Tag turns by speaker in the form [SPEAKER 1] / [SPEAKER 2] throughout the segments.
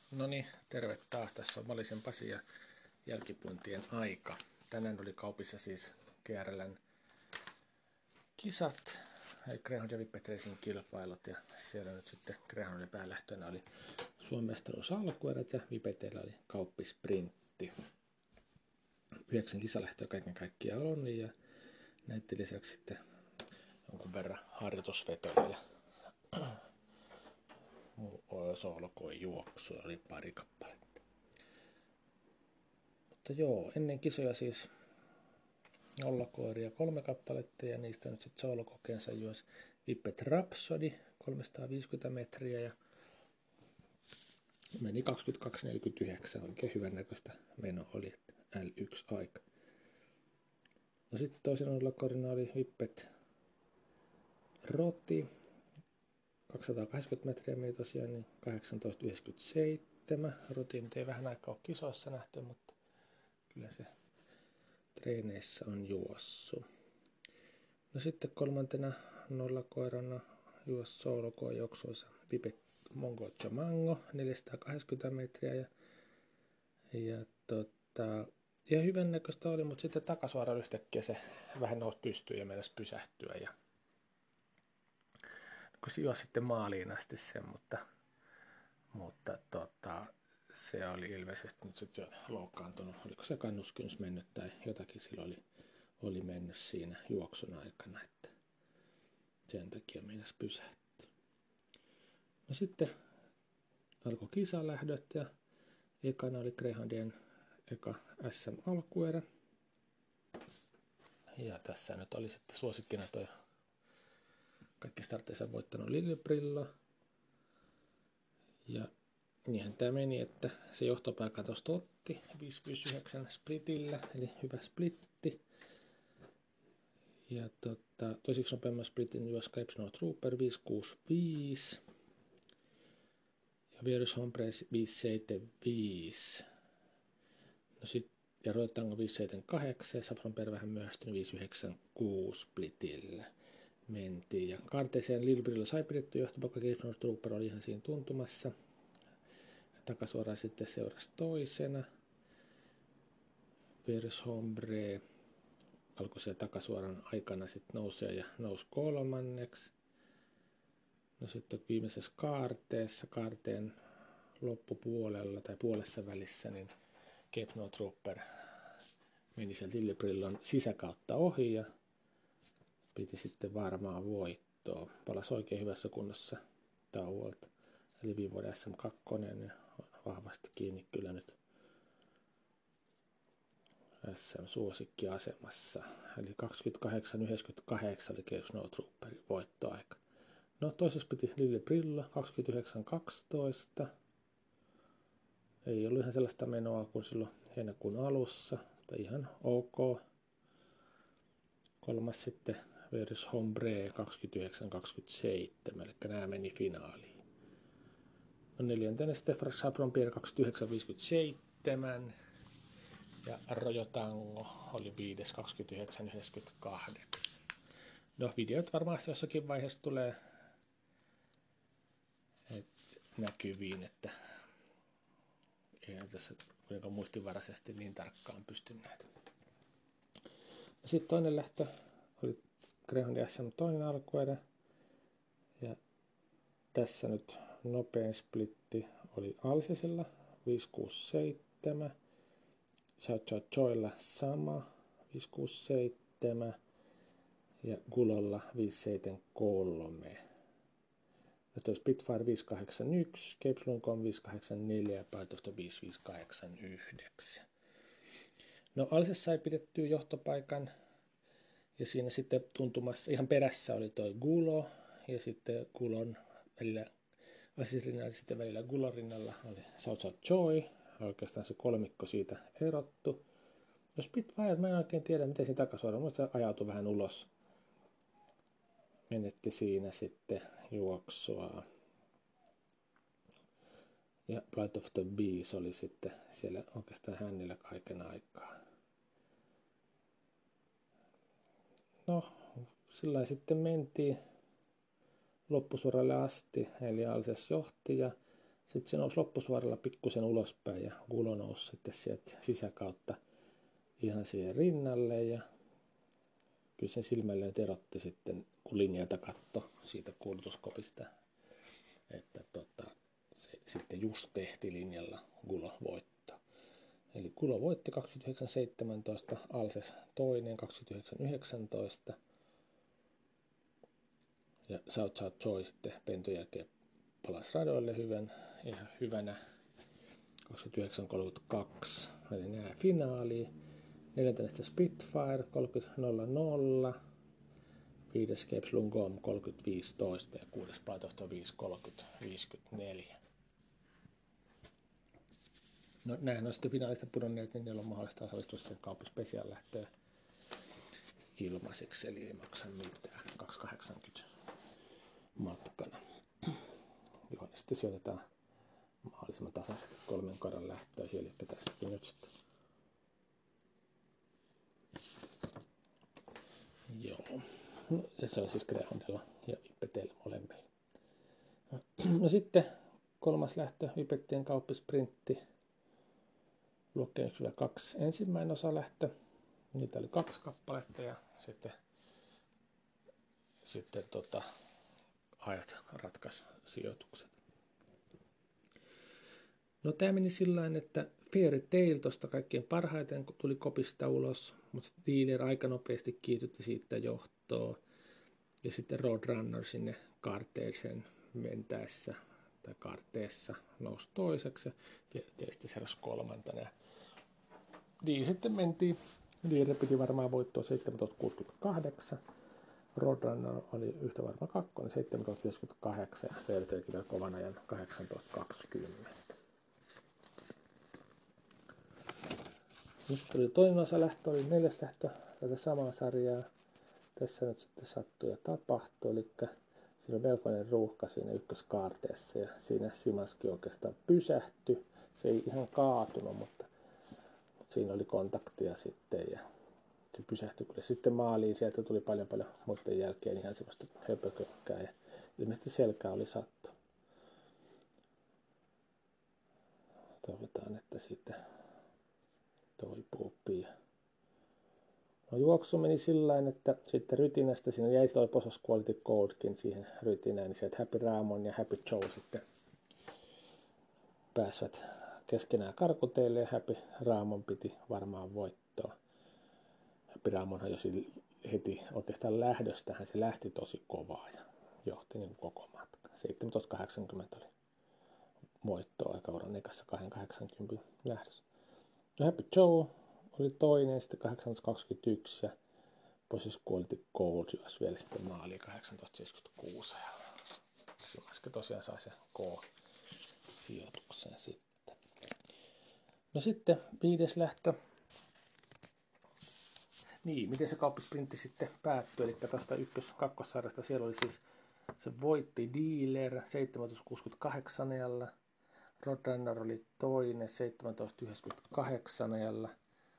[SPEAKER 1] No niin, terve taas. Tässä on Malisen Pasi ja jälkipuintien aika. Tänään oli kaupissa siis GRL:n kisat, eli Greyhound ja Whippet Racing kilpailut, ja siellä nyt sitten Greyhoundin päälähtönä oli Suomen mestaruus alkuerät ja Whippetillä oli kauppisprintti. 9 kisalähtöä kaiken kaikkiaan on, ja näiden lisäksi sitten jonkun verran harjoitusvetoja ja soolokoin juoksua oli pari kappaletta. Mutta joo, ennen kisoja siis nollakoiria 3 kappaletta ja niistä nyt sitten soolokokeensa juosi Whippet Rhapsody 350 metriä ja meni 22.49, oikein hyvän näköistä meno oli L1 aika. No sitten toisen nollakoirina oli Whippet Roti 280 metriä meni tosiaan niin 18.97. Roti nyt ei vähän aikaa ole kisoissa nähty, mutta kyllä se treeneissä on juossut. No sitten kolmantena nollakoirana juosi soolokoon juoksuunsa Whippet Mongo Chamango 480 metriä ja hyvän näköistä oli, mutta sitten takasuoraan yhtäkkiä se vähän nousi pystyyn ja meinasi pysähtyä ja kun se juosi sitten maaliin asti sen, mutta se oli ilmeisesti nyt sitten jo loukkaantunut. Oliko se kannuskyns mennyt tai jotakin sillä oli mennyt siinä juoksun aikana, että sen takia meinasi pysähtyä. No sitten alkoi kisalähdöt ja ekana oli Greyhoundien eka SM-alkuerä. Ja tässä nyt oli sitten suosikkina toi kaikki startteissa voittanut Lily Brillo. Ja niinhän tämä meni, että se johtopaikan tuosta otti 559 splitillä, eli hyvä splitti. Ja toisiksi nopeamman splitin juosi Skype Snow Trooper 565 ja Virus Hombres 575. No sit, ja Rotango 578 ja Saffron Per vähän myöhästynyt 596 splitillä mentiin. Ja Karteeseen Lilbrilla sai pidetty johtopaikka, Skype Snow Trooper oli ihan siinä tuntumassa. Takasuoraan sitten seurasi toisena. Virus Hombre alkoi siellä takasuoran aikana sitten nousee ja nousi kolmanneksi. No sitten viimeisessä kaarteen loppupuolella tai puolessa välissä, niin Cape No Trooper meni sieltä Lillibrillon sisäkautta ohi ja piti sitten varmaa voittoa. Palasi oikein hyvässä kunnossa tauolta. Eli viime vuoden SM2 niin on vahvasti kiinni kyllä nyt SM-suosikkiasemassa. Eli 28.98 oli Cape Snow Trooperin voittoaika. No toisessa piti Lily Brillo 29.12. Ei ollut ihan sellaista menoa kuin silloin heinäkuun alussa, mutta ihan ok. Kolmas sitten Virus Hombre 29.27, eli nämä meni finaaliin. No neljäntenä sitten Saffron Per 29.57 ja Rojotango oli 5.29.98. No videot varmaan jossakin vaiheessa tulee näkyviin, että eihän tässä kuinka muistinvaraisesti niin tarkkaan pysty näitä. Sitten toinen lähtö oli Greyhound SM toinen alkuerä. Ja tässä nyt nopein splitti oli Alsisella 567. Chow Chow Choilla sama 567. Ja Gulolla 573. Nyt on Spitfire 581, Cape Sluncon 584 ja Päätöstä 5589. No Alses sai pidettyä johtopaikan ja siinä sitten tuntumassa ihan perässä oli toi Gulo ja sitten Gulon välillä Alsesin rinnalla sitten välillä Gulon rinnalla oli South South Joy. Oikeastaan se kolmikko siitä erottu. No Spitfire, mä en oikein tiedä miten siinä takasuoraan, mutta se ajautui vähän ulos. Menetti siinä sitten juoksua. Ja Flight of the Bees oli sitten siellä oikeastaan hännillä kaiken aikaa. No, sillä sitten mentiin loppusuoralle asti, eli Alses johti ja Sitten se nousi loppusuoralla pikkusen ulospäin ja Gulo nousi sitten sieltä sisäkautta ihan siihen rinnalle ja kyllä sen silmälle nyt erotti sitten, kun linjalta katto siitä kuulutuskopista, että se sitten just tehti linjalla Gulo voitto. Eli Gulo voitti 29.17, Alces toinen 29.19 ja South Joy sitten penton jälkeen palasi radoille ihan hyvänä 29.32. Eli nämä finaaliin. 4. Spitfire 30.00, 5. Escapes Lungom 30.15 ja 6. Plaitohto 5.30.54. No nämähän on sitten finaalista pudonneet, niin niillä on mahdollista osallistua siihen Kauppi Special lähtöön ilmaiseksi, eli ei maksa mitään, 2,80 matkana. Johon sitten sijoitetaan mahdollisimman tasaisesti 3 karan lähtöihin, eli tästäkin nyt sitten. Joo, ja se on siis Greyhoundilla ja Ipetellä molemmilla. No sitten 3. lähtö, Ipettien kauppisprintti, luokkeen 1-2 ensimmäinen osalähtö. Niitä oli 2 kappaletta ja sitten ajat ratkaisi sijoitukset. No tämä meni sillain, että Fairy Tail tuosta kaikkein parhaiten kun tuli kopista ulos, mutta Dealer aika nopeasti kiihdytti siitä johtoa. Ja sitten Roadrunner sinne kaarteeseen mentäessä tai kaarteessa nousi toiseksi ja Fairy Tail sitten seurasi 3. Niin sitten mentiin. Dealer piti varmaan voittoa 17.68. Roadrunner oli yhtä varma 2, 17.58 ja Fairy Tailkin vielä kovan ajan 18.20. Nyt tuli toinen osalähtö, oli 4. lähtö tätä samaa sarjaa. Tässä nyt sitten sattui ja tapahtui, eli siinä on melkoinen ruuhka siinä ykköskaarteessa ja siinä Simanski oikeastaan pysähtyi. Se ei ihan kaatunut, mutta siinä oli kontaktia sitten ja se pysähtyi kyllä sitten maaliin. Sieltä tuli paljon muiden jälkeen ihan sellaista höpökökkää ja ilmeisesti selkä oli sattu. Toivotaan, että siitä toipuu pian. No juoksu meni sillain, että sitten rytinästä siinä jäi toi Posos Quality Codekin siihen rytinään, niin sieltä Happy Ramon ja Happy Joe sitten pääsivät keskenään karkuteille ja Happy Ramon piti varmaan voittoa. Happy Ramonhan jo heti oikeastaan lähdöstähän se lähti tosi kovaa ja johti niin koko matka. 17.80 oli voittoa aikauran ekassa 2.80 lähdössä. No Happy Joe oli toinen, sitten 18.21 ja Posis Quality Gold juosi vielä sitten maaliin 18.76 ja Simanski tosiaan sai sen K-sijoituksen sitten. No sitten 5. lähtö. Niin, miten se kauppisprintti sitten päättyi, eli tuosta ykkös-kakkosarjasta siellä oli siis, se voitti Dealer 17.68 ajalla, Roadrunner oli toinen 17.98 ajalla,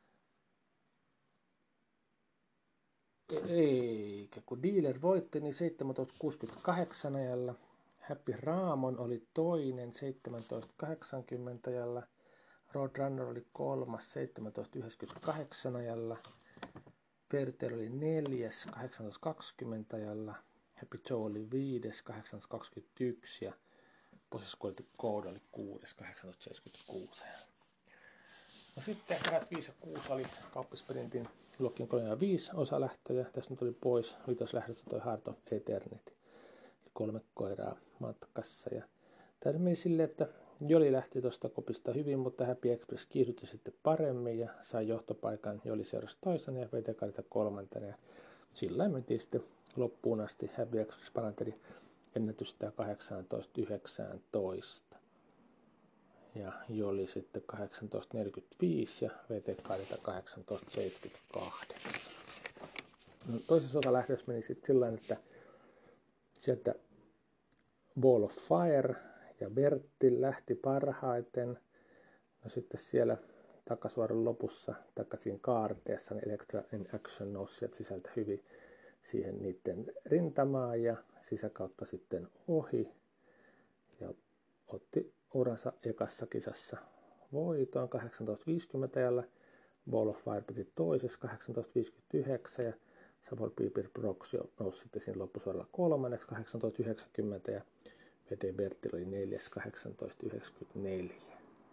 [SPEAKER 1] eikä kun Dealer voitti, niin 17.68 ajalla, Happy Ramon oli toinen 17.80 ajalla, Roadrunner oli kolmas 17.98 ajalla, Fairy Tail oli 4. 18.20 ajalla, Happy Joe oli 5. 18.21 ja Posis Quality Code oli 6. 18.76 ajalla. No sitten erät 5 ja 6 oli kauppisprintin luokkien 3 ja 5 osalähtöjä. Tässä nyt oli pois vitoslähdöstä toi Heart of Eternity. 3 koiraa matkassa. Ja tämä meni silleen, että Joli lähti tuosta kopista hyvin, mutta Happy Express kiihdytti sitten paremmin ja sai johtopaikan. Joli seurasi toisena ja VT-karita 3. Ja sillä mentiin sitten loppuun asti. Happy Express paranteli ennätystä 18.19. Ja Joli sitten 18.45 ja VT-karita 18.78. No, toisessa osalähdössä meni sitten sillä että sieltä Ball of Fire ja Bertti lähti parhaiten. No sitten siellä takasuoran lopussa, takaisin kaarteessa, niin Electra in Action nousi sieltä sisältä hyvin siihen niiden rintamaan ja sisäkautta sitten ohi. Ja otti uransa ekassa kisassa voiton 18.50 ajalla. Ball of Fire piti toisessa 18.59 ja Savoy Piper Brox nousi sitten siinä loppusuoralla kolmanneksi 18.90 ja VT Bertil oli neljäs 18.94.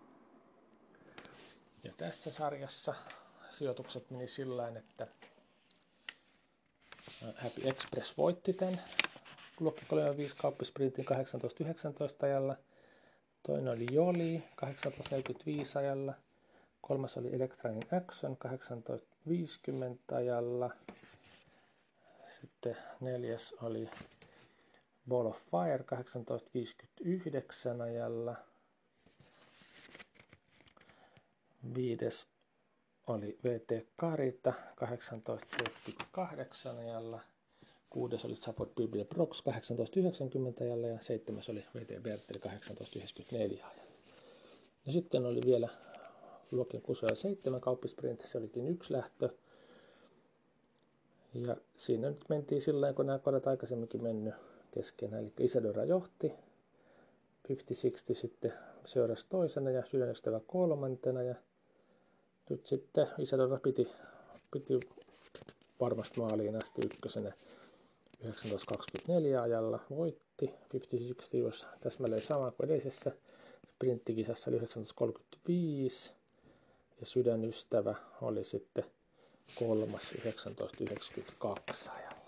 [SPEAKER 1] Ja tässä sarjassa sijoitukset meni sillain, että Happy Express voitti tämän luokka 35 kauppisprintin 18.19 ajalla. Toinen oli Joli 18.45 ajalla. Kolmas oli Electronic Action 18.50 ajalla. Sitten neljäs oli Ball of Fire 18.59 ajalla. Viides oli VT Karita 18.78 ajalla. Kuudes oli Savoy Piper Brox 18.90 ajalla ja seitsemäs oli VT Bertil 18.94 ajalla. Ja sitten oli vielä luokkien 6-7 kauppisprintti, se olikin yksi lähtö. Ja siinä nyt mentiin sillä tavalla, kun nämä kodat aikaisemminkin mennyt keskenään. Eli Isadora johti, 50-60 sitten seurasi toisena ja Sydänystävä kolmantena. Ja nyt sitten Isadora piti varmasti maaliin asti ykkösenä 19.24 ajalla. Voitti 50-60 jos täsmälleen sama kuin edellisessä sprinttikisassa oli 19.35. Ja Sydänystävä oli sitten kolmas 19.92 ajalla.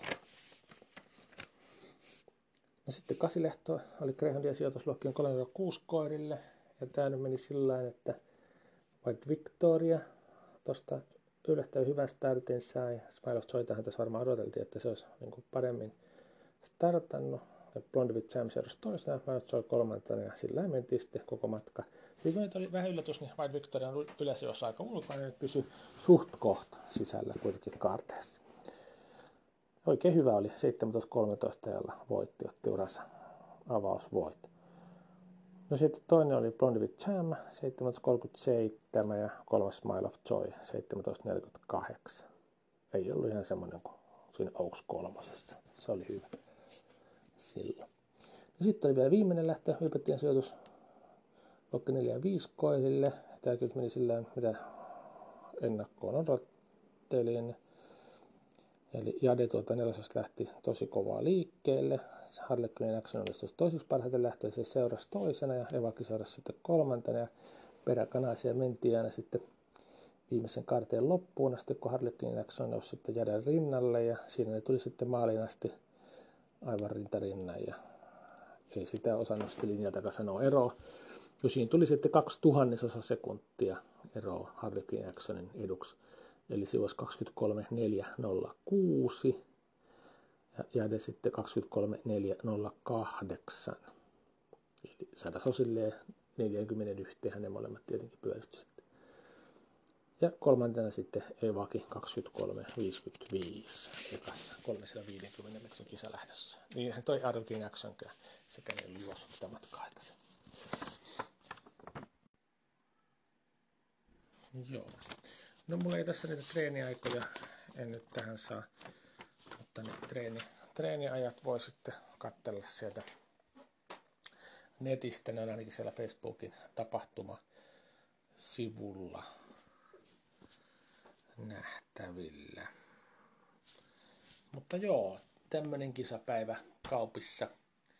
[SPEAKER 1] No sitten kasilehto oli Greyhoundien sijoitusluokkien 36 koirille. Ja tämä nyt meni sillä tavalla, että White Victoria tuosta yllättävän hyvän startin sai. Smile of Joytahan tässä varmaan odoteltiin, että se olisi niin kuin paremmin startannut. Ja Blonde with Jam seurasi toisena, Smile of Joy kolmantena ja sillä mentiin sitten koko matka. Sitten kun oli vähän yllätys, niin White Victoria on yleisiossa aika ulkoinen, niin pysyi suht koht sisällä kuitenkin kaarteessa. Oikein hyvä oli 17.13 ajalla voitti, otti uransa avausvoitto. No sitten toinen oli Blonde with Jam 17.37 ja kolmas Smile of Joy 17.48. Ei ollut ihan semmoinen kuin siinä Oaks kolmosessa. Se oli hyvä silloin. No sitten oli vielä viimeinen lähtö, Hypättien sijoitus luokka 4 ja 5 koirille. Tämä kyllä meni sillä mitä ennakkoon odottelin. Eli Jade tuolta nelosesta lähti tosi kovaa liikkeelle. Harlequin Action oli toiseksi parhaiten lähtöä, se seurasi toisena ja Evaki seurasi sitten kolmantena. Ja peräkanaisia mentiin aina sitten viimeisen kaarteen loppuun asti, kun Harlequin Action nousi sitten Jaden rinnalle. Ja siinä ne tuli sitten maaliin asti aivan rintarinnan ja ei sitä osannut sitten linjaltakaan sanoa eroa. Jo siinä tuli sitten 0,02 sekuntia eroa Harlequin Actionin eduksi. Eli se olisi 23.406 ja Jade sitten 23.408. Eli 100 osilleen 41 ne molemmat tietenkin pyöritty. Ja kolmantena sitten Evaki 23.55 ekassa 350 metrin kisalähdössä. Niinhän toi Harlequin Actionkään sekä ei ollut juossut sitä matkaa aikaisemmin. Joo. No mulla ei tässä niitä treeniaikoja, en nyt tähän saa, mutta ne treeniajat voi sitten katsella sieltä netistä, ne on ainakin siellä Facebookin tapahtumasivulla nähtävillä. Mutta joo, tämmönen kisapäivä kaupissa.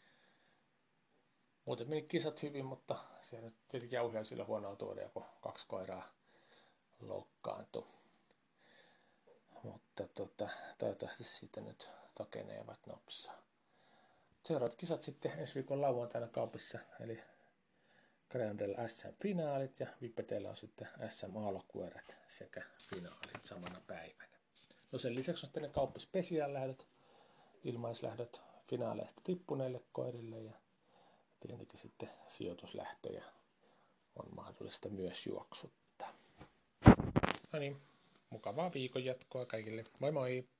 [SPEAKER 1] Muuten meni kisat hyvin, mutta siellä nyt tietenkin jauhia sillä huonoa tuoda, kun 2 koiraa loukkaantui. Mutta toivottavasti siitä nyt tokenevat nopsaa. Seuraavat kisat sitten ensi viikon lauantaina kaupissa, eli Greyhoundilla SM-finaalit ja Vippeteillä on sitten SM-aalokuoret sekä finaalit samana päivänä. No sen lisäksi on sitten ne kauppispesiaallähdöt, ilmaislähdöt finaaleista tippuneille koirille ja tietenkin sitten sijoituslähtöjä on mahdollista myös juoksuttaa. No niin, mukavaa viikon jatkoa kaikille. Moi moi!